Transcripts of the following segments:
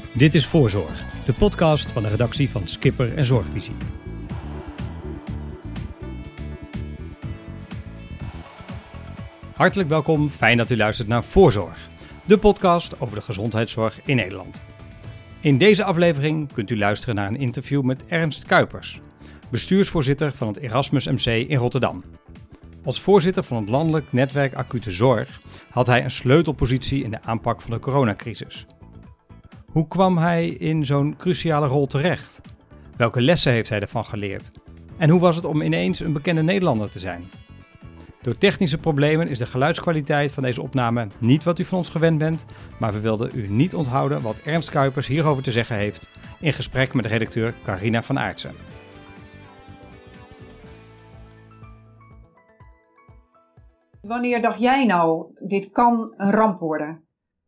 Dit is Voorzorg, de podcast van de redactie van Skipper en Zorgvisie. Hartelijk welkom, fijn dat u luistert naar Voorzorg, de podcast over de gezondheidszorg in Nederland. In deze aflevering kunt u luisteren naar een interview met Ernst Kuipers, bestuursvoorzitter van het Erasmus MC in Rotterdam. Als voorzitter van het Landelijk Netwerk Acute Zorg had hij een sleutelpositie in de aanpak van de coronacrisis. Hoe kwam hij in zo'n cruciale rol terecht? Welke lessen heeft hij ervan geleerd? En hoe was het om ineens een bekende Nederlander te zijn? Door technische problemen is de geluidskwaliteit van deze opname niet wat u van ons gewend bent, maar we wilden u niet onthouden wat Ernst Kuipers hierover te zeggen heeft in gesprek met de redacteur Carina van Aartsen. Wanneer dacht jij nou, dit kan een ramp worden?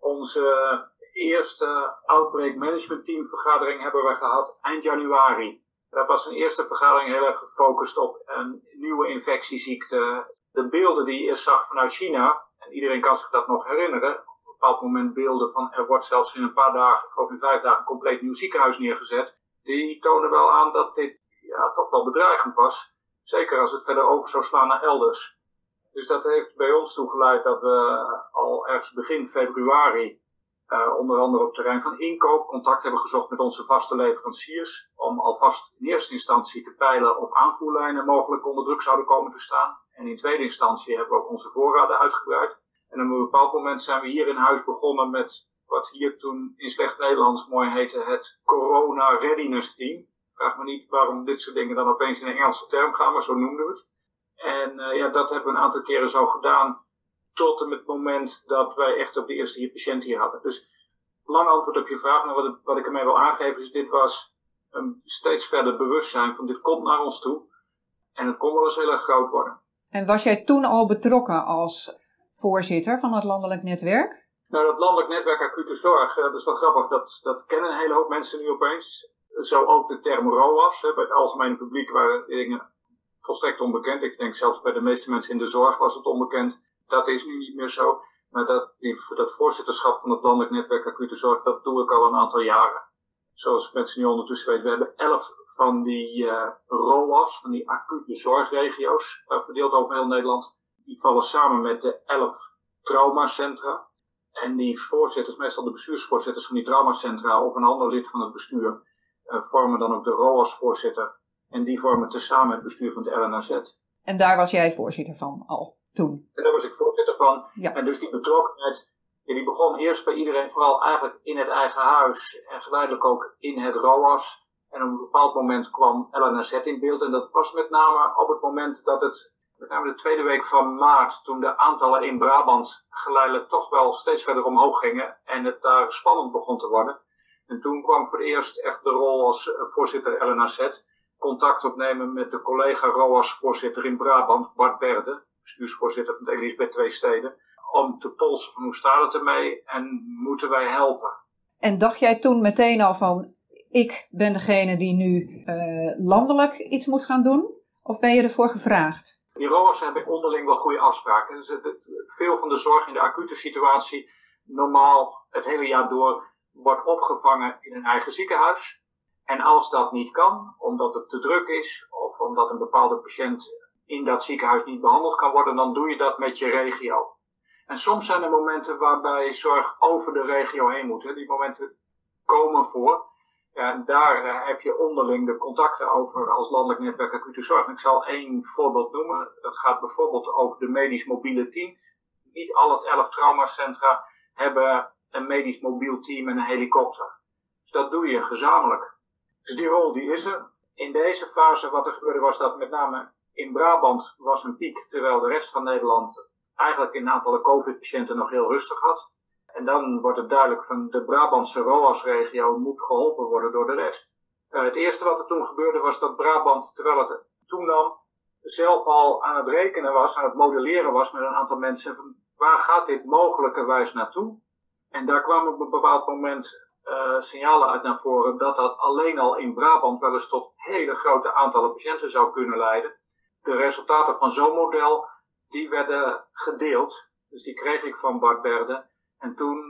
Onze eerste Outbreak Management Team vergadering hebben we gehad eind januari. Dat was een eerste vergadering heel erg gefocust op een nieuwe infectieziekte. De beelden die je eerst zag vanuit China, en iedereen kan zich dat nog herinneren, op een bepaald moment beelden van er wordt zelfs in een paar dagen, ik geloof in 5 dagen, een compleet nieuw ziekenhuis neergezet. Die tonen wel aan dat dit toch wel bedreigend was. Zeker als het verder over zou slaan naar elders. Dus dat heeft bij ons toe geleid dat we al ergens begin februari onder andere op het terrein van inkoop contact hebben gezocht met onze vaste leveranciers. Om alvast in eerste instantie te peilen of aanvoerlijnen mogelijk onder druk zouden komen te staan. En in tweede instantie hebben we ook onze voorraden uitgebreid. En op een bepaald moment zijn we hier in huis begonnen met wat hier toen in slecht Nederlands mooi heette het Corona Readiness Team. Vraag me niet waarom dit soort dingen dan opeens in een Engelse term gaan, maar zo noemden we het. En dat hebben we een aantal keren zo gedaan tot en met het moment dat wij echt op de eerste patiënt hier hadden. Dus lang antwoord op je vraag, maar wat ik ermee wil aangeven is, dit was een steeds verder bewustzijn van dit komt naar ons toe en het kon wel eens heel erg groot worden. En was jij toen al betrokken als voorzitter van het landelijk netwerk? Nou, dat landelijk netwerk acute zorg, dat is wel grappig, dat kennen een hele hoop mensen nu opeens. Zo ook de term ROAS, bij het algemene publiek waren dingen volstrekt onbekend. Ik denk zelfs bij de meeste mensen in de zorg was het onbekend. Dat is nu niet meer zo. Maar dat voorzitterschap van het Landelijk Netwerk Acute Zorg, dat doe ik al een aantal jaren. Zoals mensen nu ondertussen weten, we hebben 11 van die ROA's, van die acute zorgregio's, verdeeld over heel Nederland. Die vallen samen met de 11 traumacentra. En die voorzitters, meestal de bestuursvoorzitters van die traumacentra of een ander lid van het bestuur, vormen dan ook de ROA's-voorzitter. En die vormen tezamen het bestuur van het LNAZ. En daar was jij voorzitter van al toen? En daar was ik voorzitter van. Ja. En dus die betrokkenheid, die begon eerst bij iedereen vooral eigenlijk in het eigen huis. En geleidelijk ook in het ROAS. En op een bepaald moment kwam LNAZ in beeld. En dat was met name op het moment dat het, met name de tweede week van maart, toen de aantallen in Brabant geleidelijk toch wel steeds verder omhoog gingen. En het daar spannend begon te worden. En toen kwam voor het eerst echt de rol als voorzitter LNAZ. Contact opnemen met de collega ROAS-voorzitter in Brabant, Bart Berde, bestuursvoorzitter van de Elisabeth II Steden, om te polsen van hoe staat het ermee en moeten wij helpen. En dacht jij toen meteen al van, ik ben degene die nu landelijk iets moet gaan doen? Of ben je ervoor gevraagd? Die ROAS hebben onderling wel goede afspraken. Dus veel van de zorg in de acute situatie, normaal het hele jaar door, wordt opgevangen in een eigen ziekenhuis. En als dat niet kan, omdat het te druk is of omdat een bepaalde patiënt in dat ziekenhuis niet behandeld kan worden, dan doe je dat met je regio. En soms zijn er momenten waarbij zorg over de regio heen moet. Die momenten komen voor. Ja, en daar heb je onderling de contacten over als landelijk netwerk acute zorg. En ik zal 1 voorbeeld noemen. Dat gaat bijvoorbeeld over de medisch mobiele teams. Niet al het 11 traumacentra hebben een medisch mobiel team en een helikopter. Dus dat doe je gezamenlijk. Dus die rol die is er. In deze fase wat er gebeurde was dat met name in Brabant was een piek, terwijl de rest van Nederland eigenlijk in aantallen COVID-patiënten nog heel rustig had. En dan wordt het duidelijk van de Brabantse ROAS-regio moet geholpen worden door de rest. Het eerste wat er toen gebeurde was dat Brabant, terwijl het toenam, zelf al aan het rekenen was, aan het modelleren was met een aantal mensen. Van waar gaat dit mogelijkerwijs naartoe? En daar kwamen op een bepaald moment signalen uit naar voren dat dat alleen al in Brabant wel eens tot hele grote aantallen patiënten zou kunnen leiden. De resultaten van zo'n model, die werden gedeeld. Dus die kreeg ik van Bart Berde. En toen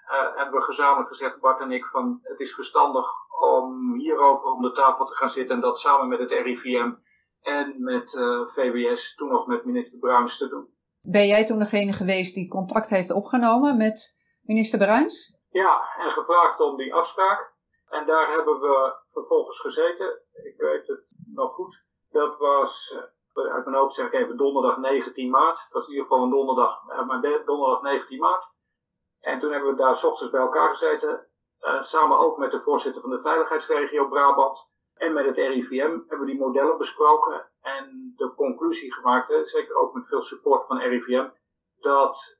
hebben we gezamenlijk gezegd, Bart en ik, van het is verstandig om hierover om de tafel te gaan zitten en dat samen met het RIVM en met VWS, toen nog met minister Bruins te doen. Ben jij toen degene geweest die contact heeft opgenomen met minister Bruins? Ja, en gevraagd om die afspraak. En daar hebben we vervolgens gezeten. Ik weet het nog goed. Dat was, uit mijn hoofd zeg ik even, donderdag 19 maart. Het was in ieder geval een donderdag, maar donderdag 19 maart. En toen hebben we daar 's ochtends bij elkaar gezeten. Samen ook met de voorzitter van de veiligheidsregio Brabant. En met het RIVM hebben we die modellen besproken. En de conclusie gemaakt, zeker ook met veel support van RIVM, dat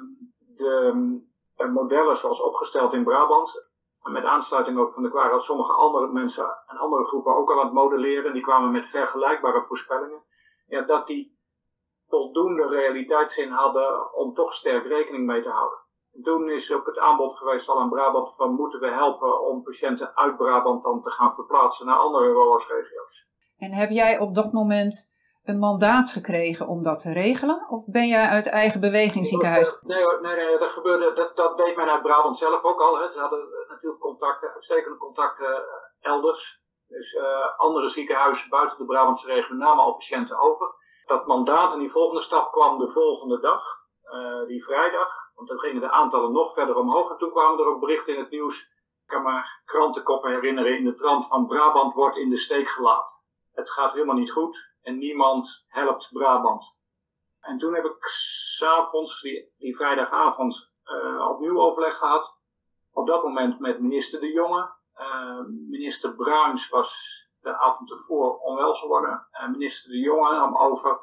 de modellen zoals opgesteld in Brabant, met aansluiting ook van de kwaad, dat sommige andere mensen en andere groepen ook al aan het modelleren, die kwamen met vergelijkbare voorspellingen, ja, dat die voldoende realiteitszin hadden om toch sterk rekening mee te houden. En toen is ook het aanbod geweest al aan Brabant van moeten we helpen om patiënten uit Brabant dan te gaan verplaatsen naar andere ROAS-regio's. En heb jij op dat moment een mandaat gekregen om dat te regelen? Of ben jij uit eigen beweging ziekenhuis? Nee, dat gebeurde, dat deed men uit Brabant zelf ook al. Hè. Ze hadden natuurlijk contacten, uitstekende contacten elders. Dus andere ziekenhuizen buiten de Brabantse regio namen al patiënten over. Dat mandaat en die volgende stap kwam de volgende dag, die vrijdag. Want dan gingen de aantallen nog verder omhoog. En toen kwamen er ook berichten in het nieuws. Ik kan me krantenkoppen herinneren in de trant van Brabant wordt in de steek gelaten. Het gaat helemaal niet goed en niemand helpt Brabant. En toen heb ik 's avonds, die vrijdagavond, opnieuw overleg gehad. Op dat moment met minister De Jonge. Minister Bruins was de avond ervoor onwel geworden. Minister De Jonge nam over.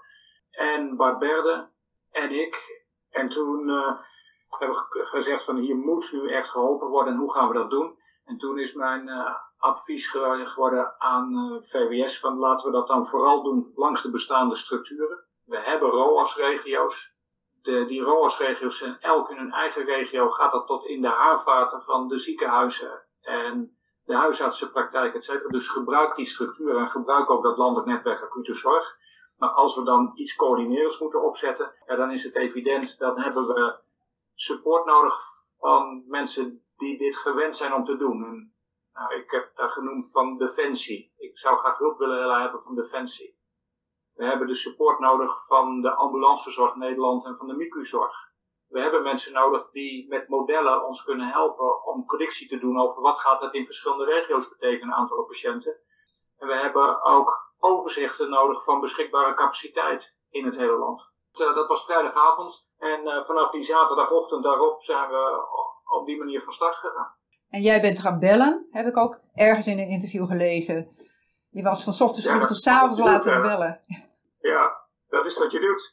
En Bart Berde en ik. En toen hebben we gezegd van hier moet nu echt geholpen worden en hoe gaan we dat doen? En toen is mijn advies geworden aan VWS van laten we dat dan vooral doen langs de bestaande structuren. We hebben ROAS-regio's. Die ROAS-regio's zijn elk in hun eigen regio gaat dat tot in de haarvaten van de ziekenhuizen en de huisartsenpraktijk, et cetera. Dus gebruik die structuren en gebruik ook dat landelijk netwerk acute zorg. Maar als we dan iets coördinerends moeten opzetten, ja, dan is het evident, dan hebben we support nodig van mensen die dit gewend zijn om te doen. En, nou, ik heb daar genoemd van Defensie. Ik zou graag hulp willen hebben van Defensie. We hebben de support nodig van de ambulancezorg Nederland en van de MICU-zorg. We hebben mensen nodig die met modellen ons kunnen helpen om predictie te doen over wat gaat het in verschillende regio's betekenen, aantallen patiënten. En we hebben ook overzichten nodig van beschikbare capaciteit in het hele land. Dat was vrijdagavond en vanaf die zaterdagochtend daarop zijn we op die manier van start gegaan. En jij bent gaan bellen, heb ik ook ergens in een interview gelezen. Je was van 's ochtends vroeg tot 's avonds laten bellen. Ja, dat is wat je doet.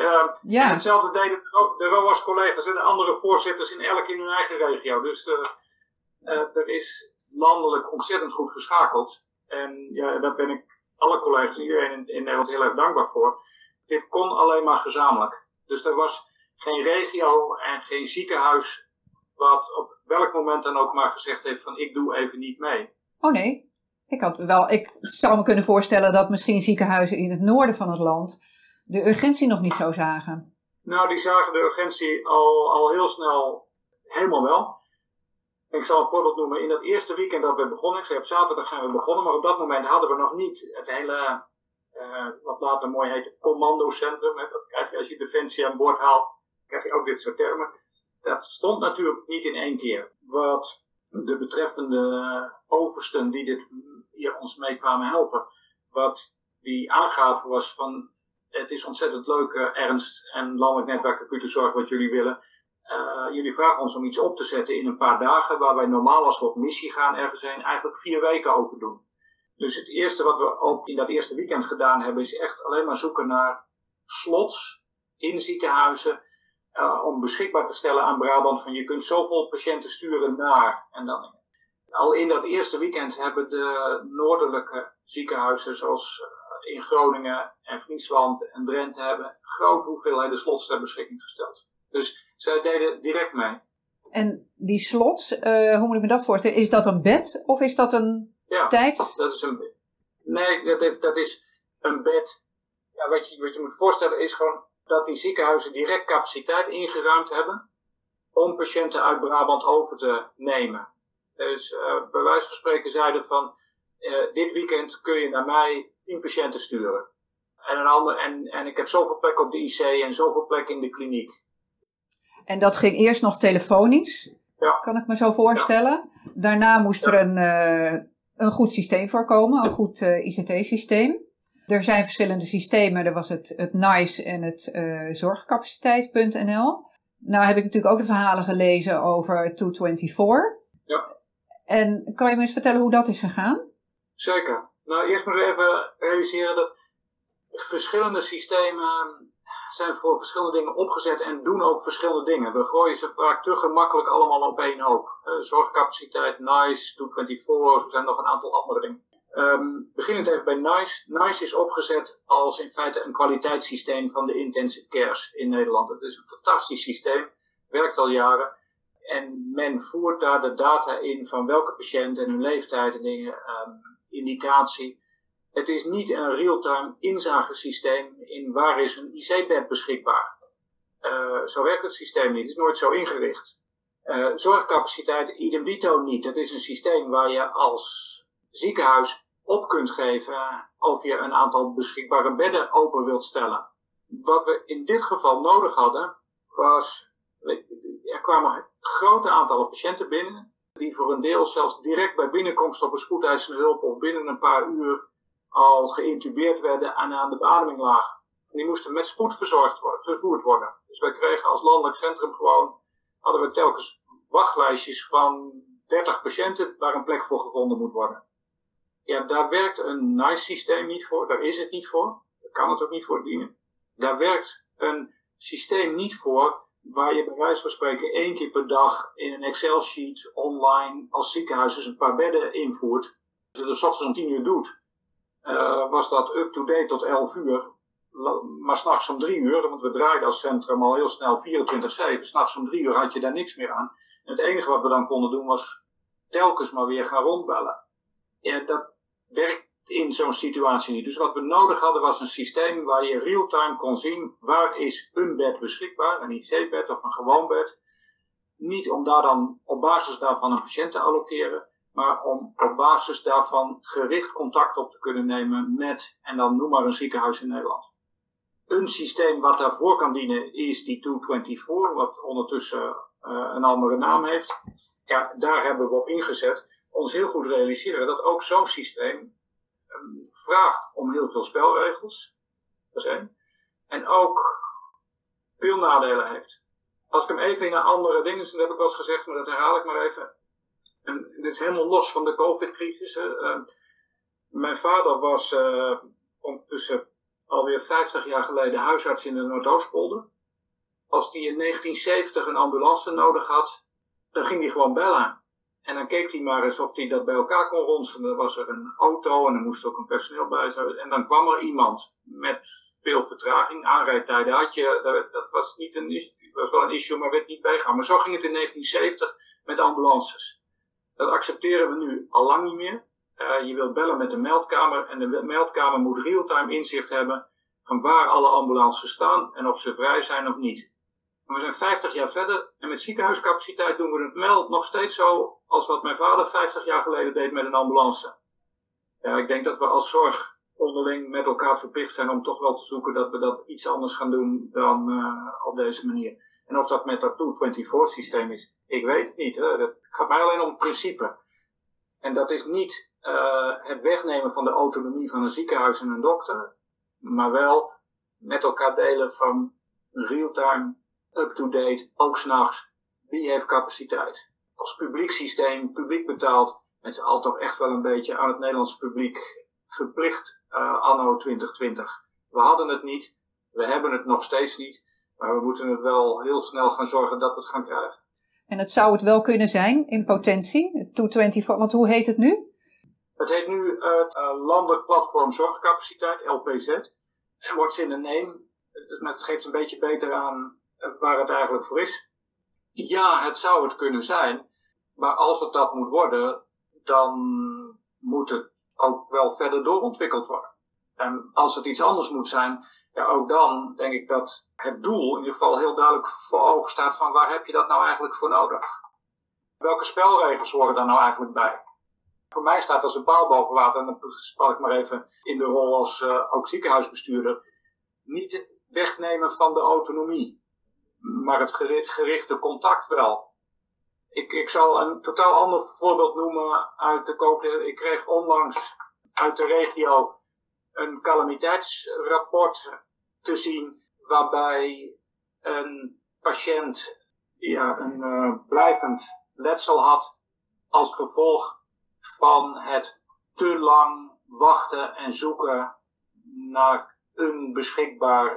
Ja. En hetzelfde deden de ROAS-collega's en de andere voorzitters in hun eigen regio. Dus er is landelijk ontzettend goed geschakeld. En ja, daar ben ik alle collega's en iedereen in Nederland heel erg dankbaar voor. Dit kon alleen maar gezamenlijk. Dus er was geen regio en geen ziekenhuis wat op welk moment dan ook maar gezegd heeft van ik doe even niet mee. Oh nee, ik zou me kunnen voorstellen dat misschien ziekenhuizen in het noorden van het land de urgentie nog niet zo zagen. Nou, die zagen de urgentie al heel snel helemaal wel. Ik zal een voorbeeld noemen. In dat eerste weekend dat we begonnen, ik zei op zaterdag zijn we begonnen, maar op dat moment hadden we nog niet het hele, wat later mooi heette, commandocentrum. Dat krijg je als je Defensie aan boord haalt, krijg je ook dit soort termen. Dat stond natuurlijk niet in één keer. Wat de betreffende oversten die dit hier ons mee kwamen helpen, wat die aangaven was van het is ontzettend leuk, Ernst en landelijk netwerk acute zorg wat jullie willen. Jullie vragen ons om iets op te zetten in een paar dagen, waar wij normaal als we op missie gaan ergens heen, eigenlijk 4 weken over doen. Dus het eerste wat we ook in dat eerste weekend gedaan hebben, is echt alleen maar zoeken naar slots in ziekenhuizen, om beschikbaar te stellen aan Brabant van je kunt zoveel patiënten sturen naar. En dan al in dat eerste weekend hebben de noordelijke ziekenhuizen, zoals in Groningen en Friesland en Drenthe, hebben grote hoeveelheden slots ter beschikking gesteld. Dus zij deden direct mee. En die slots, hoe moet ik me dat voorstellen? Is dat een bed of is dat een tijd? Dat is een bed. Nee, dat is een bed. Ja, wat je moet voorstellen is gewoon dat die ziekenhuizen direct capaciteit ingeruimd hebben. om patiënten uit Brabant over te nemen. Dus bij wijze van spreken zeiden van, dit weekend kun je naar mij 10 patiënten sturen. En ik heb zoveel plek op de IC en zoveel plek in de kliniek. En dat ging eerst nog telefonisch, kan ik me zo voorstellen. Ja. Daarna moest er een goed systeem voorkomen, een goed ICT-systeem. Er zijn verschillende systemen, er was het NICE en het zorgcapaciteit.nl. Nou heb ik natuurlijk ook de verhalen gelezen over 224. Ja. En kan je me eens vertellen hoe dat is gegaan? Zeker. Nou, eerst moet ik even realiseren dat verschillende systemen zijn voor verschillende dingen opgezet en doen ook verschillende dingen. We gooien ze vaak te gemakkelijk allemaal op één hoop. Zorgcapaciteit, NICE, 224, er zijn nog een aantal andere dingen. Beginnend even bij NICE. NICE is opgezet als in feite een kwaliteitssysteem van de intensive cares in Nederland. Het is een fantastisch systeem, werkt al jaren. En men voert daar de data in van welke patiënten en hun leeftijd en dingen, indicatie. Het is niet een real-time inzagesysteem in waar is een IC-bed beschikbaar. Zo werkt het systeem niet, het is nooit zo ingericht. Zorgcapaciteit idem dito niet. Het is een systeem waar je als ziekenhuis op kunt geven of je een aantal beschikbare bedden open wilt stellen. Wat we in dit geval nodig hadden was, er kwamen grote aantallen patiënten binnen die voor een deel zelfs direct bij binnenkomst op een spoedeisende hulp of binnen een paar uur al geïntubeerd werden en aan de beademing lagen. En die moesten met spoed vervoerd worden. Dus wij kregen als landelijk centrum hadden we telkens wachtlijstjes van 30 patiënten waar een plek voor gevonden moet worden. Ja, daar werkt een NICE systeem niet voor, daar is het niet voor, daar kan het ook niet voor dienen. Daar werkt een systeem niet voor waar je bij wijze van spreken 1 keer per dag in een Excel-sheet online als ziekenhuis dus een paar bedden invoert. Als je dat 's ochtends om 10 uur doet, was dat up-to-date tot 11 uur. Maar 's nachts om 3 uur, want we draaiden als centrum al heel snel 24/7. 's Nachts om 3 uur had je daar niks meer aan. En het enige wat we dan konden doen was telkens maar weer gaan rondbellen. Ja, dat werkt in zo'n situatie niet. Dus wat we nodig hadden was een systeem waar je real-time kon zien waar is een bed beschikbaar, een IC-bed of een gewoon bed. Niet om daar dan op basis daarvan een patiënt te allokeren, maar om op basis daarvan gericht contact op te kunnen nemen met, en dan noem maar een ziekenhuis in Nederland. Een systeem wat daarvoor kan dienen is die 224, wat ondertussen een andere naam heeft. Ja, daar hebben we op ingezet. Ons heel goed realiseren dat ook zo'n systeem vraagt om heel veel spelregels. Dat is één. En ook veel nadelen heeft. Als ik hem even in een andere dingen, dat heb ik wel eens gezegd, maar dat herhaal ik maar even. En dit is helemaal los van de COVID-crisis. Mijn vader was ondertussen alweer 50 jaar geleden huisarts in de Noordoostpolder. Als hij in 1970 een ambulance nodig had, dan ging hij gewoon bellen. En dan keek hij maar eens of hij dat bij elkaar kon ronselen. Dan was er een auto en er moest ook een personeel bij zijn. En dan kwam er iemand met veel vertraging. Aanrijdtijden had je, dat was niet een issue, was wel een issue, maar werd niet bijgehouden. Maar zo ging het in 1970 met ambulances. Dat accepteren we nu al lang niet meer. Je wilt bellen met de meldkamer en de meldkamer moet real-time inzicht hebben van waar alle ambulances staan en of ze vrij zijn of niet. We zijn 50 jaar verder en met ziekenhuiscapaciteit doen we het nog steeds zo als wat mijn vader 50 jaar geleden deed met een ambulance. Ja, ik denk dat we als zorg onderling met elkaar verplicht zijn om toch wel te zoeken dat we dat iets anders gaan doen dan op deze manier. En of dat met dat 224 systeem is, ik weet het niet. Hè. Het gaat mij alleen om het principe. En dat is niet het wegnemen van de autonomie van een ziekenhuis en een dokter, maar wel met elkaar delen van real-time, up-to-date, ook 's nachts. Wie heeft capaciteit? Als publiek systeem, publiek betaald, met z'n allen toch echt wel een beetje aan het Nederlandse publiek verplicht anno 2020. We hadden het niet, we hebben het nog steeds niet, maar we moeten het wel heel snel gaan zorgen dat we het gaan krijgen. En het zou het wel kunnen zijn in potentie, het 224, want hoe heet het nu? Het heet nu het Landelijk Platform Zorgcapaciteit, LPZ. En wordt in de name, het geeft een beetje beter aan waar het eigenlijk voor is. Ja, het zou het kunnen zijn, maar als het dat moet worden, dan moet het ook wel verder doorontwikkeld worden. En als het iets anders moet zijn, Ja, ook dan denk ik dat het doel in ieder geval heel duidelijk voor ogen staat van waar heb je dat nou eigenlijk voor nodig? Welke spelregels horen daar nou eigenlijk bij? Voor mij staat als een paal boven water, en dan stel ik maar even in de rol als ook ziekenhuisbestuurder, niet wegnemen van de autonomie, maar het gerichte contact wel. Ik zal een totaal ander voorbeeld noemen uit de COVID. Ik kreeg onlangs uit de regio een calamiteitsrapport te zien waarbij een patiënt een blijvend letsel had als gevolg van het te lang wachten en zoeken naar een beschikbaar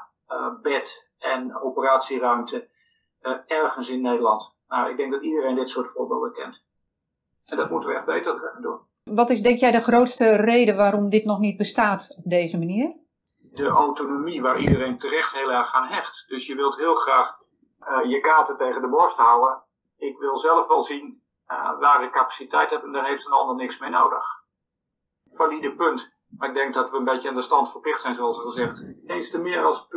bed en operatieruimte ergens in Nederland. Nou, ik denk dat iedereen dit soort voorbeelden kent. En dat moeten we echt beter doen. Wat is, denk jij, de grootste reden waarom dit nog niet bestaat op deze manier? De autonomie waar iedereen terecht heel erg aan hecht. Dus je wilt heel graag je kaarten tegen de borst houden. Ik wil zelf wel zien waar ik capaciteit heb en daar heeft een ander niks mee nodig. Valide punt. Maar ik denk dat we een beetje aan de stand verplicht zijn, zoals gezegd. Eens te meer als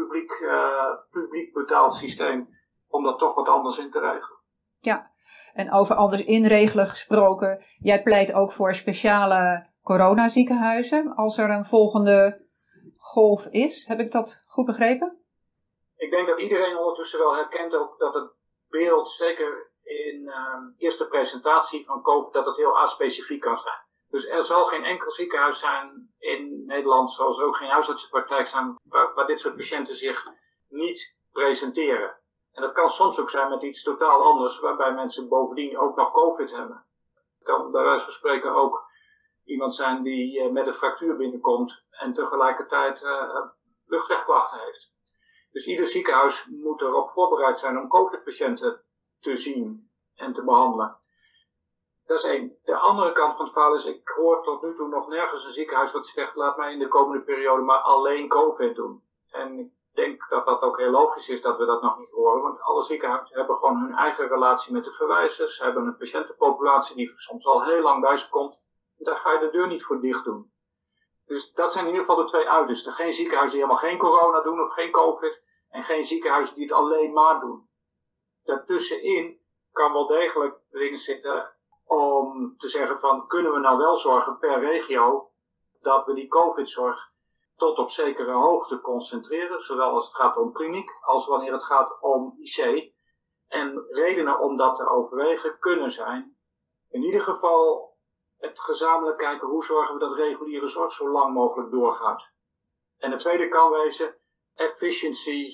publiek betaald systeem om dat toch wat anders in te regelen. Ja, en over anders inregelen gesproken, jij pleit ook voor speciale coronaziekenhuizen als er een volgende golf is. Heb ik dat goed begrepen? Ik denk dat iedereen ondertussen wel herkent ook dat het beeld, zeker in eerste presentatie van COVID, dat het heel aspecifiek kan zijn. Dus er zal geen enkel ziekenhuis zijn in Nederland, zoals er ook geen huisartsenpraktijk zijn, waar dit soort patiënten zich niet presenteren. En dat kan soms ook zijn met iets totaal anders, waarbij mensen bovendien ook nog COVID hebben. Het kan bij wijze van spreken ook iemand zijn die met een fractuur binnenkomt en tegelijkertijd luchtwegklachten heeft. Dus ieder ziekenhuis moet erop voorbereid zijn om COVID-patiënten te zien en te behandelen. Dat is één. De andere kant van het verhaal is, ik hoor tot nu toe nog nergens een ziekenhuis wat zegt, laat mij in de komende periode maar alleen COVID doen. En ik denk dat dat ook heel logisch is dat we dat nog niet horen, want alle ziekenhuizen hebben gewoon hun eigen relatie met de verwijzers. Ze hebben een patiëntenpopulatie die soms al heel lang bij ze komt. Daar ga je de deur niet voor dicht doen. Dus dat zijn in ieder geval de twee uitersten. Geen ziekenhuizen die helemaal geen corona doen of geen COVID. En geen ziekenhuizen die het alleen maar doen. Daartussenin kan wel degelijk erin zitten om te zeggen van, kunnen we nou wel zorgen per regio dat we die COVID-zorg tot op zekere hoogte concentreren. Zowel als het gaat om kliniek als wanneer het gaat om IC. En redenen om dat te overwegen kunnen zijn in ieder geval het gezamenlijk kijken hoe zorgen we dat reguliere zorg zo lang mogelijk doorgaat. En het tweede kan wezen efficiency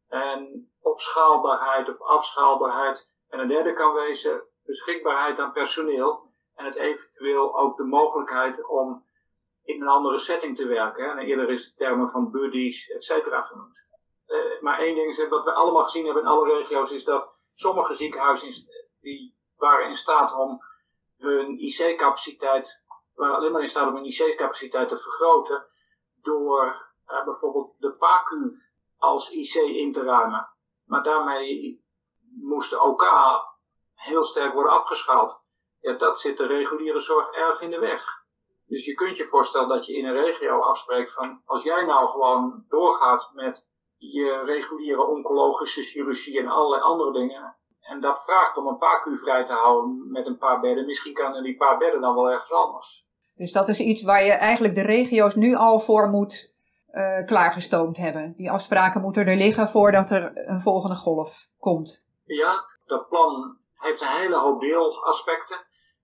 en opschaalbaarheid of afschaalbaarheid. En een derde kan wezen beschikbaarheid aan personeel en het eventueel ook de mogelijkheid om in een andere setting te werken. En eerder is het termen van buddies, et cetera genoemd. Maar één ding is wat we allemaal gezien hebben in alle regio's is dat sommige ziekenhuizen die waren in staat om hun IC-capaciteit, waren alleen maar in staat om hun IC-capaciteit te vergroten door bijvoorbeeld de PACU als IC in te ruimen. Maar daarmee moest de OK heel sterk worden afgeschaald. Ja, dat zit de reguliere zorg erg in de weg. Dus je kunt je voorstellen dat je in een regio afspreekt van, als jij nou gewoon doorgaat met je reguliere oncologische chirurgie en allerlei andere dingen, en dat vraagt om een PACU vrij te houden met een paar bedden, misschien kan die paar bedden dan wel ergens anders. Dus dat is iets waar je eigenlijk de regio's nu al voor moet klaargestoomd hebben. Die afspraken moeten er liggen voordat er een volgende golf komt. Ja, dat plan heeft een hele hoop deelaspecten.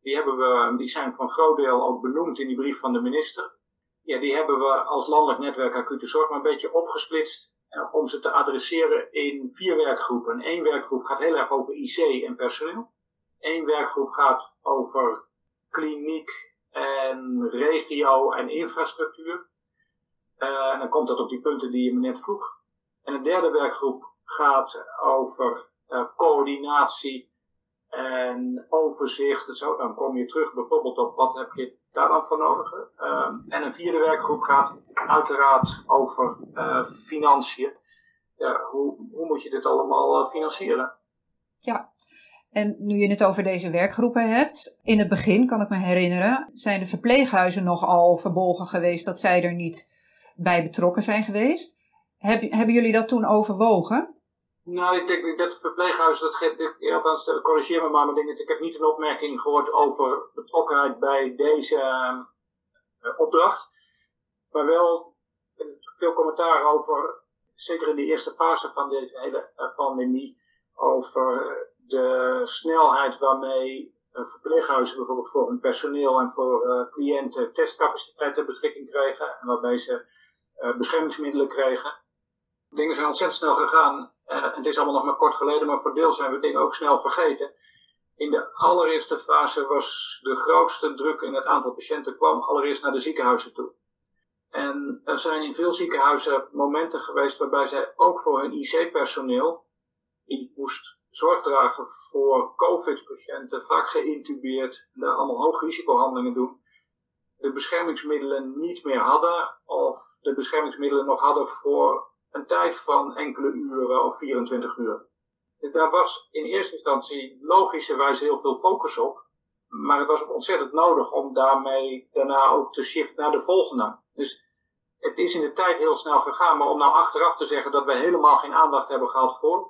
Die zijn voor een groot deel ook benoemd in die brief van de minister. Ja, die hebben we als landelijk netwerk acute zorg maar een beetje opgesplitst om ze te adresseren in 4 werkgroepen. En 1 werkgroep gaat heel erg over IC en personeel. 1 werkgroep gaat over kliniek en regio en infrastructuur. En dan komt dat op die punten die je me net vroeg. En een 3e werkgroep gaat over coördinatie en overzicht en zo. Dan kom je terug bijvoorbeeld op wat heb je daar dan voor nodig. En een 4e werkgroep gaat uiteraard over financiën. Hoe moet je dit allemaal financieren? Ja, en nu je het over deze werkgroepen hebt, in het begin kan ik me herinneren, zijn de verpleeghuizen nogal verbolgen geweest dat zij er niet bij betrokken zijn geweest. Hebben jullie dat toen overwogen? Nou, ik denk dat verpleeghuizen, althans, corrigeer me maar, ik heb niet een opmerking gehoord over betrokkenheid bij deze opdracht. Maar wel veel commentaar over, zeker in de eerste fase van deze hele pandemie, over de snelheid waarmee verpleeghuizen bijvoorbeeld voor hun personeel en voor cliënten testcapaciteit ter beschikking kregen en waarbij ze beschermingsmiddelen kregen. Dingen zijn ontzettend snel gegaan. Het is allemaal nog maar kort geleden, maar voor deel zijn we dingen ook snel vergeten. In de allereerste fase was de grootste druk in het aantal patiënten kwam allereerst naar de ziekenhuizen toe. En er zijn in veel ziekenhuizen momenten geweest waarbij zij ook voor hun IC-personeel, die moest zorg dragen voor COVID-patiënten, vaak geïntubeerd, daar allemaal hoge risicohandelingen doen, de beschermingsmiddelen niet meer hadden of de beschermingsmiddelen nog hadden voor een tijd van enkele uren of 24 uur. Dus daar was in eerste instantie logischerwijs heel veel focus op. Maar het was ook ontzettend nodig om daarmee daarna ook te shiften naar de volgende. Dus het is in de tijd heel snel gegaan. Maar om nou achteraf te zeggen dat we helemaal geen aandacht hebben gehad voor.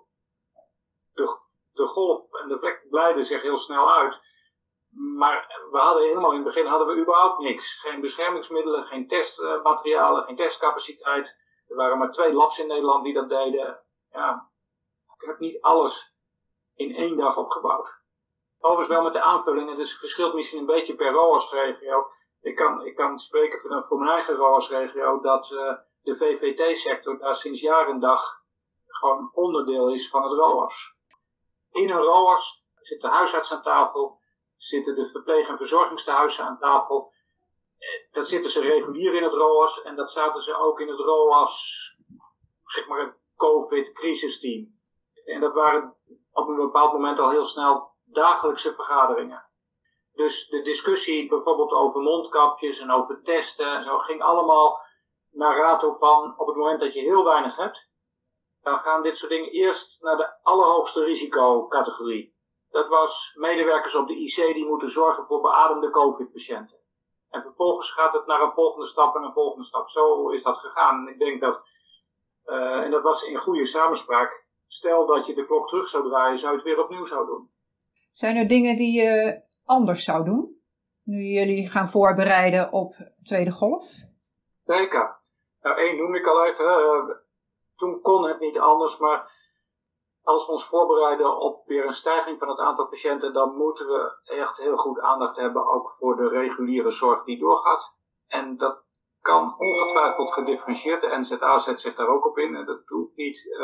De golf en de vlek blijden zich heel snel uit. Maar we hadden helemaal in het begin hadden we überhaupt niks. Geen beschermingsmiddelen, geen testmaterialen, geen testcapaciteit. Er waren maar 2 labs in Nederland die dat deden. Ja, ik heb niet alles in 1 dag opgebouwd. Overigens wel met de aanvullingen, dus het verschilt misschien een beetje per ROAS-regio. Ik kan spreken voor mijn eigen ROAS-regio dat de VVT-sector daar sinds jaar en dag gewoon onderdeel is van het ROAS. In een ROAS zit de huisarts aan tafel, zitten de verpleeg- en verzorgingstehuizen aan tafel. Dat zitten ze regulier in het ROAS en dat zaten ze ook in het ROAS, zeg maar het COVID-crisisteam. En dat waren op een bepaald moment al heel snel dagelijkse vergaderingen. Dus de discussie bijvoorbeeld over mondkapjes en over testen en zo ging allemaal naar rato van op het moment dat je heel weinig hebt, dan gaan dit soort dingen eerst naar de allerhoogste risicocategorie. Dat was medewerkers op de IC die moeten zorgen voor beademde COVID-patiënten. En vervolgens gaat het naar een volgende stap en een volgende stap. Zo is dat gegaan. En ik denk dat, en dat was in goede samenspraak, stel dat je de klok terug zou draaien, zou je het weer opnieuw zou doen. Zijn er dingen die je anders zou doen? Nu jullie gaan voorbereiden op tweede golf? Zeker. Nou, 1 noem ik al even. Toen kon het niet anders, maar als we ons voorbereiden op weer een stijging van het aantal patiënten, dan moeten we echt heel goed aandacht hebben ook voor de reguliere zorg die doorgaat. En dat kan ongetwijfeld gedifferentieerd. De NZA zet zich daar ook op in. En dat hoeft niet,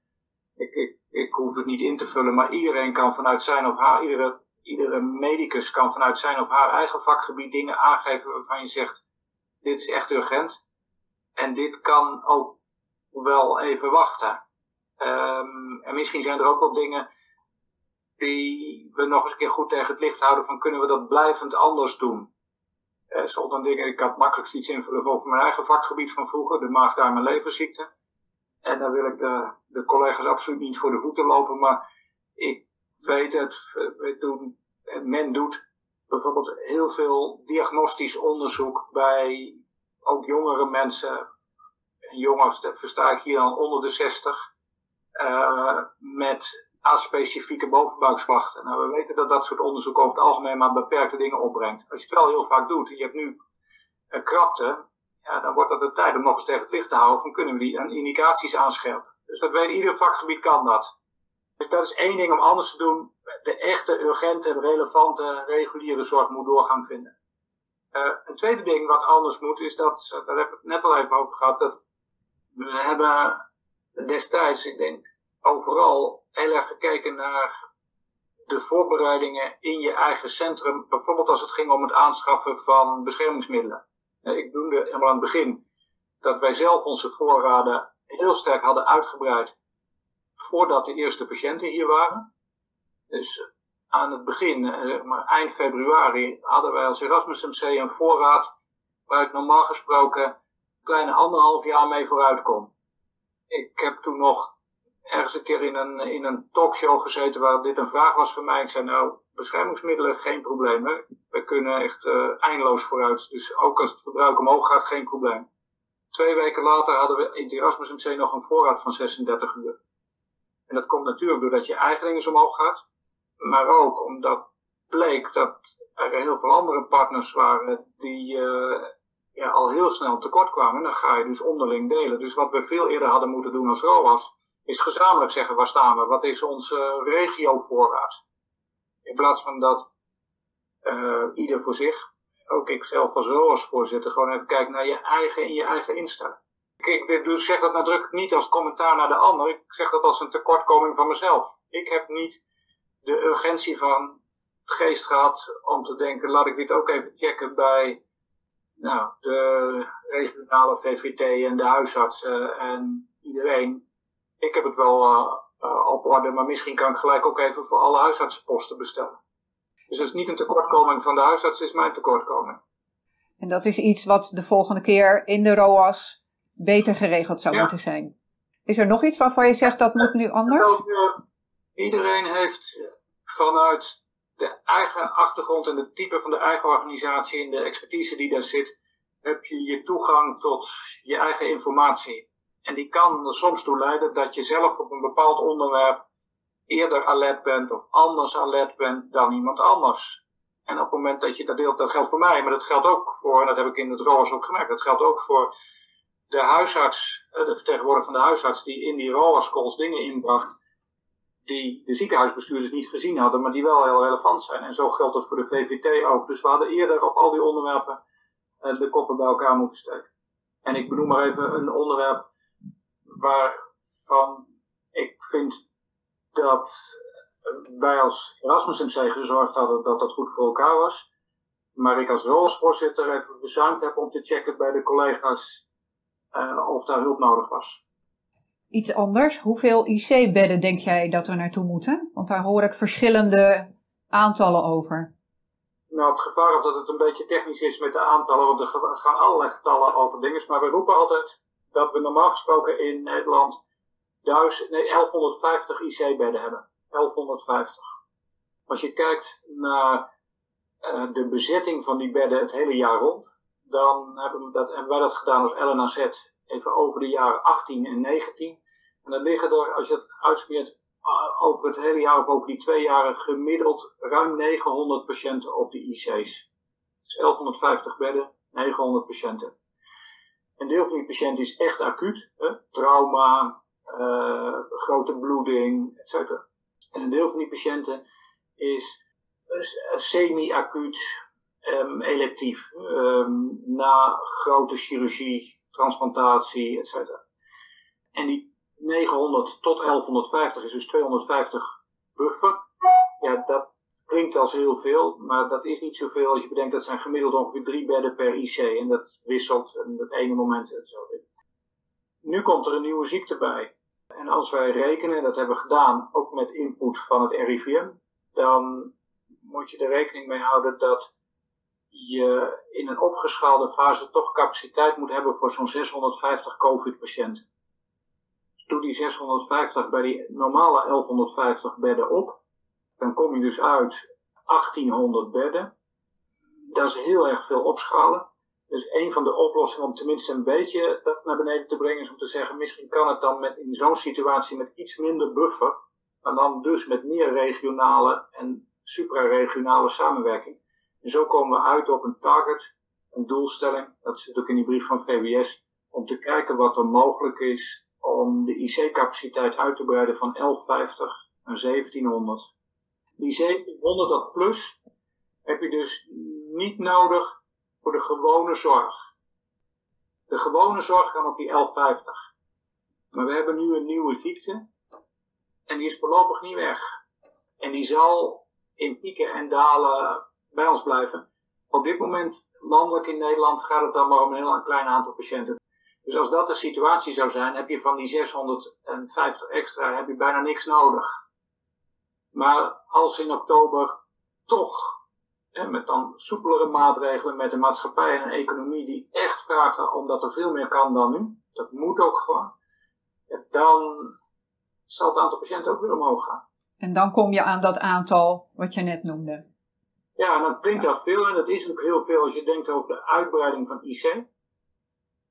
ik hoef het niet in te vullen, maar iedereen kan vanuit zijn of haar, iedere medicus kan vanuit zijn of haar eigen vakgebied dingen aangeven waarvan je zegt, dit is echt urgent. En dit kan ook wel even wachten. En misschien zijn er ook wel dingen die we nog eens een keer goed tegen het licht houden van kunnen we dat blijvend anders doen. Zonder dingen, ik kan makkelijkst iets invullen over mijn eigen vakgebied van vroeger, de maag-darm- en leverziekte. En daar wil ik de collega's absoluut niet voor de voeten lopen, maar ik weet het, men doet bijvoorbeeld heel veel diagnostisch onderzoek bij ook jongere mensen. En jongens, dat versta ik hier dan onder de 60, met aspecifieke bovenbuiksklachten. Nou, we weten dat dat soort onderzoek over het algemeen maar beperkte dingen opbrengt. Als je het wel heel vaak doet, en je hebt nu krapte, ja, dan wordt dat de tijd om nog eens tegen het licht te houden van kunnen we die indicaties aanscherpen. Dus dat weet ieder vakgebied kan dat. Dus dat is 1 ding om anders te doen. De echte, urgente, relevante, reguliere zorg moet doorgang vinden. Een tweede ding wat anders moet is dat, daar hebben we het net al even over gehad, dat we hebben destijds, ik denk, overal heel erg gekeken naar de voorbereidingen in je eigen centrum. Bijvoorbeeld als het ging om het aanschaffen van beschermingsmiddelen. Ik noemde helemaal aan het begin dat wij zelf onze voorraden heel sterk hadden uitgebreid voordat de eerste patiënten hier waren. Dus aan het begin, eind februari, hadden wij als Erasmus MC een voorraad waar ik normaal gesproken een kleine 1,5 jaar mee vooruit kon. Ik heb toen nog ergens een keer in een talkshow gezeten waar dit een vraag was voor mij. Ik zei nou, beschermingsmiddelen geen probleem. Hè? We kunnen echt eindeloos vooruit. Dus ook als het verbruik omhoog gaat, geen probleem. 2 weken later hadden we in het Erasmus MC nog een voorraad van 36 uur. En dat komt natuurlijk doordat je eigen omhoog gaat. Maar ook omdat bleek dat er heel veel andere partners waren die al heel snel tekort kwamen. En dan ga je dus onderling delen. Dus wat we veel eerder hadden moeten doen als ROAS, is gezamenlijk zeggen, waar staan we? Wat is onze regiovoorraad? In plaats van dat ieder voor zich, ook ik zelf als ROAS-voorzitter, gewoon even kijken naar je eigen instelling. Ik zeg dat nadrukkelijk niet als commentaar naar de ander. Ik zeg dat als een tekortkoming van mezelf. Ik heb niet de urgentie van geest gehad om te denken, laat ik dit ook even checken bij de regionale VVT en de huisartsen en iedereen. Ik heb het wel op orde, maar misschien kan ik gelijk ook even voor alle huisartsenposten bestellen. Dus het is niet een tekortkoming van de huisarts, het is mijn tekortkoming. En dat is iets wat de volgende keer in de ROAS beter geregeld zou moeten zijn. Is er nog iets waarvan je zegt dat moet nu anders? Iedereen heeft vanuit de eigen achtergrond en het type van de eigen organisatie en de expertise die daar zit, heb je toegang tot je eigen informatie. En die kan er soms toe leiden dat je zelf op een bepaald onderwerp eerder alert bent of anders alert bent dan iemand anders. En op het moment dat je dat deelt, dat geldt voor mij, maar dat geldt ook voor, en dat heb ik in het ROAS ook gemerkt, dat geldt ook voor de huisarts, de vertegenwoordiger van de huisarts die in die ROAS-calls dingen inbracht die de ziekenhuisbestuurders niet gezien hadden, maar die wel heel relevant zijn. En zo geldt dat voor de VVT ook. Dus we hadden eerder op al die onderwerpen de koppen bij elkaar moeten steken. En ik benoem maar even een onderwerp waarvan ik vind dat wij als Erasmus MC gezorgd hadden dat dat goed voor elkaar was. Maar ik als ROAS-voorzitter even verzuimd heb om te checken bij de collega's of daar hulp nodig was. Iets anders. Hoeveel IC-bedden denk jij dat er naartoe moeten? Want daar hoor ik verschillende aantallen over. Nou, het gevaar is dat het een beetje technisch is met de aantallen, want er gaan allerlei getallen over dingen. Maar we roepen altijd dat we normaal gesproken in Nederland 1150 IC-bedden hebben. 1150. Als je kijkt naar de bezetting van die bedden het hele jaar rond, dan hebben wij dat gedaan als LNAZ even over de jaren 18 en 19. En dan liggen er, als je het uitsmeert over het hele jaar of over die 2 jaren, gemiddeld ruim 900 patiënten op de IC's. Dus 1150 bedden, 900 patiënten. Een deel van die patiënten is echt acuut, trauma, grote bloeding, etc. En een deel van die patiënten is semi-acuut, electief, na grote chirurgie, transplantatie, etc. En die 900 tot 1150 is dus 250 buffer. Ja, dat klinkt als heel veel, maar dat is niet zoveel als je bedenkt dat zijn gemiddeld ongeveer 3 bedden per IC. En dat wisselt en dat ene moment en zo. Nu komt er een nieuwe ziekte bij. En als wij rekenen, dat hebben we gedaan, ook met input van het RIVM, dan moet je er rekening mee houden dat je in een opgeschaalde fase toch capaciteit moet hebben voor zo'n 650 COVID-patiënten. Doe die 650 bij die normale 1150 bedden op, dan kom je dus uit 1800 bedden. Dat is heel erg veel opschalen. Dus een van de oplossingen om tenminste een beetje dat naar beneden te brengen is om te zeggen, misschien kan het dan in zo'n situatie met iets minder buffer, en dan dus met meer regionale en supraregionale samenwerking. En zo komen we uit op een target, een doelstelling, dat zit ook in die brief van VWS, om te kijken wat er mogelijk is om de IC-capaciteit uit te breiden van 1150 naar 1700. Die 1700, dat plus, heb je dus niet nodig voor de gewone zorg. De gewone zorg kan op die 1150. Maar we hebben nu een nieuwe ziekte en die is voorlopig niet weg. En die zal in pieken en dalen bij ons blijven. Op dit moment, landelijk in Nederland, gaat het dan maar om een heel klein aantal patiënten. Dus als dat de situatie zou zijn, heb je van die 650 extra heb je bijna niks nodig. Maar als in oktober toch, met dan soepelere maatregelen, met een maatschappij en een economie die echt vragen omdat er veel meer kan dan nu, dat moet ook gewoon, dan zal het aantal patiënten ook weer omhoog gaan. En dan kom je aan dat aantal wat je net noemde. Ja, en dan klinkt dat veel en dat is ook heel veel als je denkt over de uitbreiding van IC.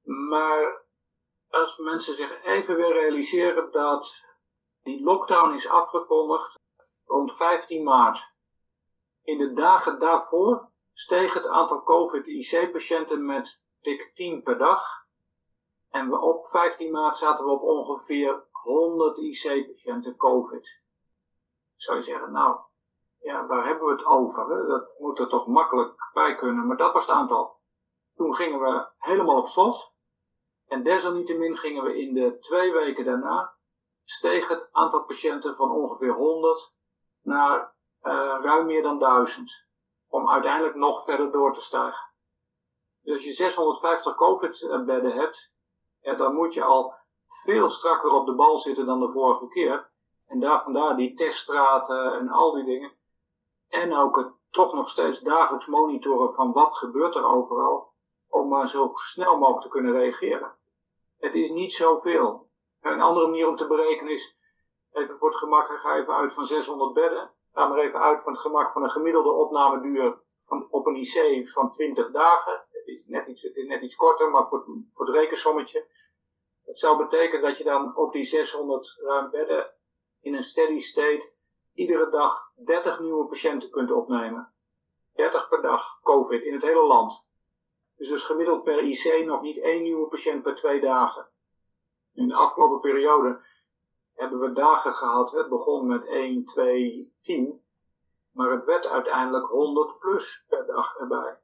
Maar als mensen zich even weer realiseren dat die lockdown is afgekondigd rond 15 maart. In de dagen daarvoor steeg het aantal COVID-IC-patiënten met dik 10 per dag. En op 15 maart zaten we op ongeveer 100 IC-patiënten COVID. Zou je zeggen, nou, ja, waar hebben we het over? Hè? Dat moet er toch makkelijk bij kunnen. Maar dat was het aantal. Toen gingen we helemaal op slot. En desalniettemin gingen we in de 2 weken daarna, steeg het aantal patiënten van ongeveer 100 naar ruim meer dan 1000. Om uiteindelijk nog verder door te stijgen. Dus als je 650 COVID-bedden hebt, ja, dan moet je al veel strakker op de bal zitten dan de vorige keer. En vandaar die teststraten en al die dingen. En ook het toch nog steeds dagelijks monitoren van wat gebeurt er overal. Om maar zo snel mogelijk te kunnen reageren. Het is niet zoveel. Een andere manier om te berekenen is, even voor het gemak, ga even uit van 600 bedden. Ga maar even uit van het gemak van een gemiddelde opnameduur op een IC van 20 dagen. Het is net iets korter, maar voor het rekensommetje. Dat zou betekenen dat je dan op die 600 ruim bedden in een steady state iedere dag 30 nieuwe patiënten kunt opnemen. 30 per dag, COVID, in het hele land. Dus gemiddeld per IC nog niet 1 nieuwe patiënt per 2 dagen. In de afgelopen periode hebben we dagen gehad. Het begon met 1, 2, 10. Maar het werd uiteindelijk 100 plus per dag erbij.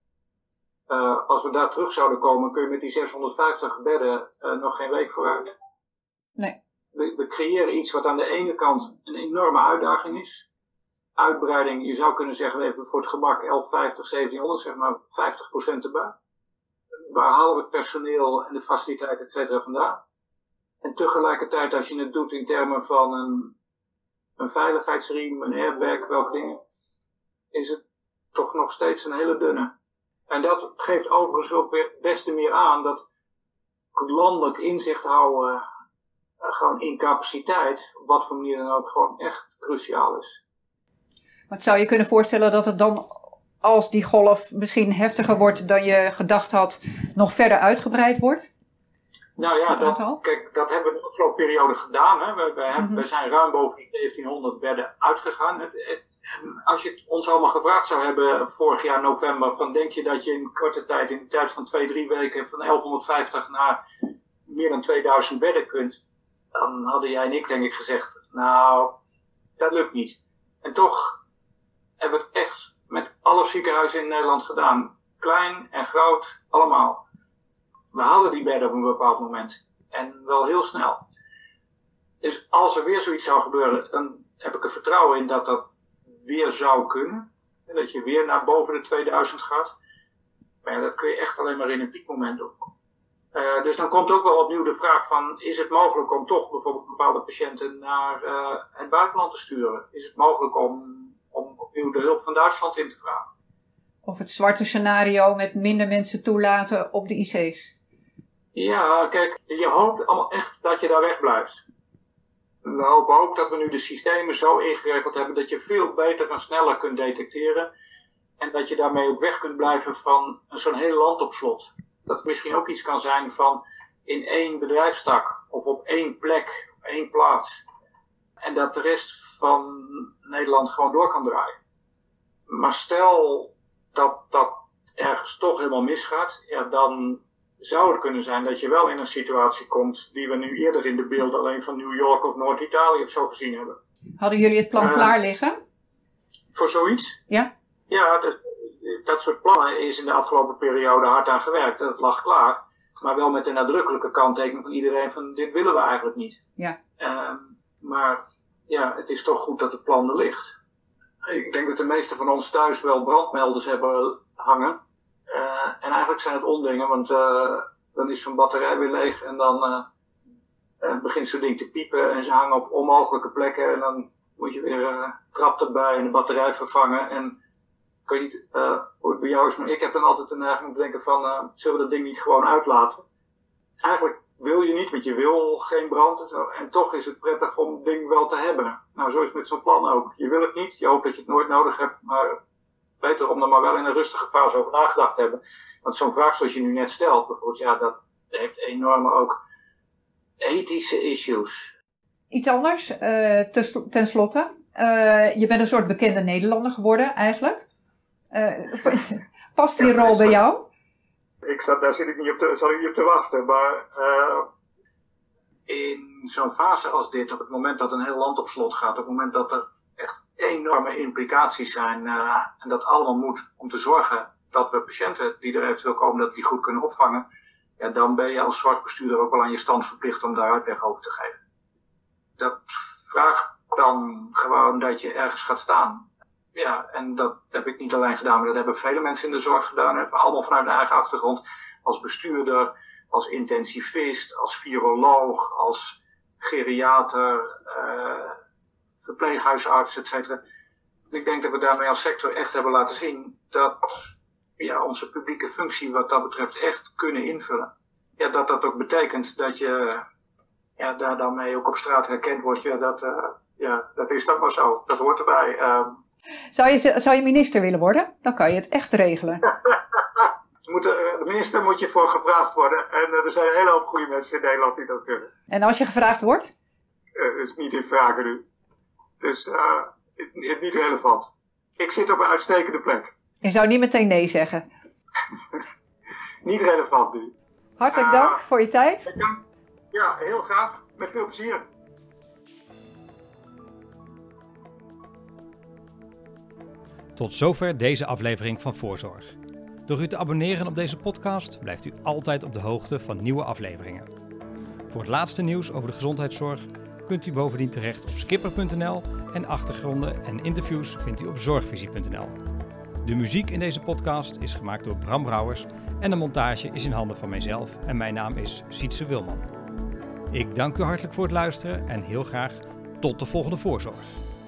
Als we daar terug zouden komen, kun je met die 650 bedden nog geen week vooruit. Nee. We creëren iets wat aan de ene kant een enorme uitdaging is. Uitbreiding, je zou kunnen zeggen, even voor het gemak 1150, 1700, zeg maar 50% erbij. Waar halen we het personeel en de faciliteit, et cetera, vandaan? En tegelijkertijd, als je het doet in termen van een veiligheidsriem, een airbag, welke dingen, is het toch nog steeds een hele dunne. En dat geeft overigens ook weer des te meer aan dat landelijk inzicht houden, gewoon in capaciteit, op wat voor manier dan ook, gewoon echt cruciaal is. Wat zou je kunnen voorstellen dat het dan, als die golf misschien heftiger wordt dan je gedacht had, nog verder uitgebreid wordt? Nou ja, dat hebben we de afgelopen periode gedaan. Hè. We zijn ruim boven die 1700 bedden uitgegaan. Als je het ons allemaal gevraagd zou hebben vorig jaar november, van denk je dat je in korte tijd, in de tijd van 2-3 weken, van 1150 naar meer dan 2000 bedden kunt, dan hadden jij en ik denk ik gezegd, nou, dat lukt niet. En toch hebben we het echt met alle ziekenhuizen in Nederland gedaan. Klein en groot, allemaal. We hadden die bedden op een bepaald moment. En wel heel snel. Dus als er weer zoiets zou gebeuren, dan heb ik er vertrouwen in dat dat weer zou kunnen. En dat je weer naar boven de 2000 gaat. Maar ja, dat kun je echt alleen maar in een piekmoment doen. Dus dan komt ook wel opnieuw de vraag van, is het mogelijk om toch bijvoorbeeld bepaalde patiënten naar het buitenland te sturen? Is het mogelijk om opnieuw de hulp van Duitsland in te vragen? Of het zwarte scenario met minder mensen toelaten op de IC's? Ja, kijk, je hoopt allemaal echt dat je daar weg blijft. We hopen ook dat we nu de systemen zo ingeregeld hebben dat je veel beter en sneller kunt detecteren. En dat je daarmee ook weg kunt blijven van zo'n heel land op slot. Dat het misschien ook iets kan zijn van in 1 bedrijfstak of op 1 plek, op 1 plaats. En dat de rest van Nederland gewoon door kan draaien. Maar stel dat ergens toch helemaal misgaat, ja, dan zou het kunnen zijn dat je wel in een situatie komt die we nu eerder in de beelden alleen van New York of Noord-Italië of zo gezien hebben. Hadden jullie het plan klaar liggen? Voor zoiets? Ja? Ja, dat soort plannen is in de afgelopen periode hard aan gewerkt. Dat lag klaar. Maar wel met een nadrukkelijke kanttekening van iedereen van dit willen we eigenlijk niet. Ja. Maar ja, het is toch goed dat het plan er ligt. Ik denk dat de meesten van ons thuis wel brandmelders hebben hangen. En eigenlijk zijn het ondingen, want dan is zo'n batterij weer leeg en dan begint zo'n ding te piepen en ze hangen op onmogelijke plekken en dan moet je weer trap erbij en de batterij vervangen. En ik weet niet hoe het bij jou is, maar ik heb dan altijd de neiging om te denken van, zullen we dat ding niet gewoon uitlaten? Eigenlijk wil je niet, want je wil geen brand en zo. En toch is het prettig om het ding wel te hebben. Nou, zo is het met zo'n plan ook. Je wil het niet, je hoopt dat je het nooit nodig hebt, maar beter om er maar wel in een rustige fase over nagedacht te hebben. Want zo'n vraag zoals je nu net stelt, bijvoorbeeld, ja, heeft enorme ook ethische issues. Iets anders, ten slotte. Je bent een soort bekende Nederlander geworden eigenlijk. Past die rol bij jou? Daar zit ik niet op te wachten. Maar in zo'n fase als dit, op het moment dat een heel land op slot gaat, op het moment dat er echt enorme implicaties zijn en dat allemaal moet om te zorgen dat we patiënten die er eventueel komen, dat we die goed kunnen opvangen, ja, dan ben je als zorgbestuurder ook wel aan je stand verplicht om daar uitleg over te geven. Dat vraagt dan gewoon dat je ergens gaat staan. Ja, en dat heb ik niet alleen gedaan, maar dat hebben vele mensen in de zorg gedaan. Allemaal vanuit hun eigen achtergrond. Als bestuurder, als intensivist, als viroloog, als geriater, verpleeghuisarts, etc. Ik denk dat we daarmee als sector echt hebben laten zien dat onze publieke functie wat dat betreft echt kunnen invullen. Ja, dat ook betekent dat je daar dan mee ook op straat herkend wordt. Dat is dan maar zo. Dat hoort erbij. Zou je minister willen worden? Dan kan je het echt regelen. De minister moet je voor gevraagd worden. En er zijn een hele hoop goede mensen in Nederland die dat kunnen. En als je gevraagd wordt? Is niet in vragen nu. Dus niet relevant. Ik zit op een uitstekende plek. Je zou niet meteen nee zeggen. Niet relevant nu. Hartelijk dank voor je tijd. Ja, heel graag. Met veel plezier. Tot zover deze aflevering van Voorzorg. Door u te abonneren op deze podcast blijft u altijd op de hoogte van nieuwe afleveringen. Voor het laatste nieuws over de gezondheidszorg kunt u bovendien terecht op skipper.nl en achtergronden en interviews vindt u op zorgvisie.nl. De muziek in deze podcast is gemaakt door Bram Brouwers en de montage is in handen van mijzelf en mijn naam is Sietse Wilman. Ik dank u hartelijk voor het luisteren en heel graag tot de volgende Voorzorg.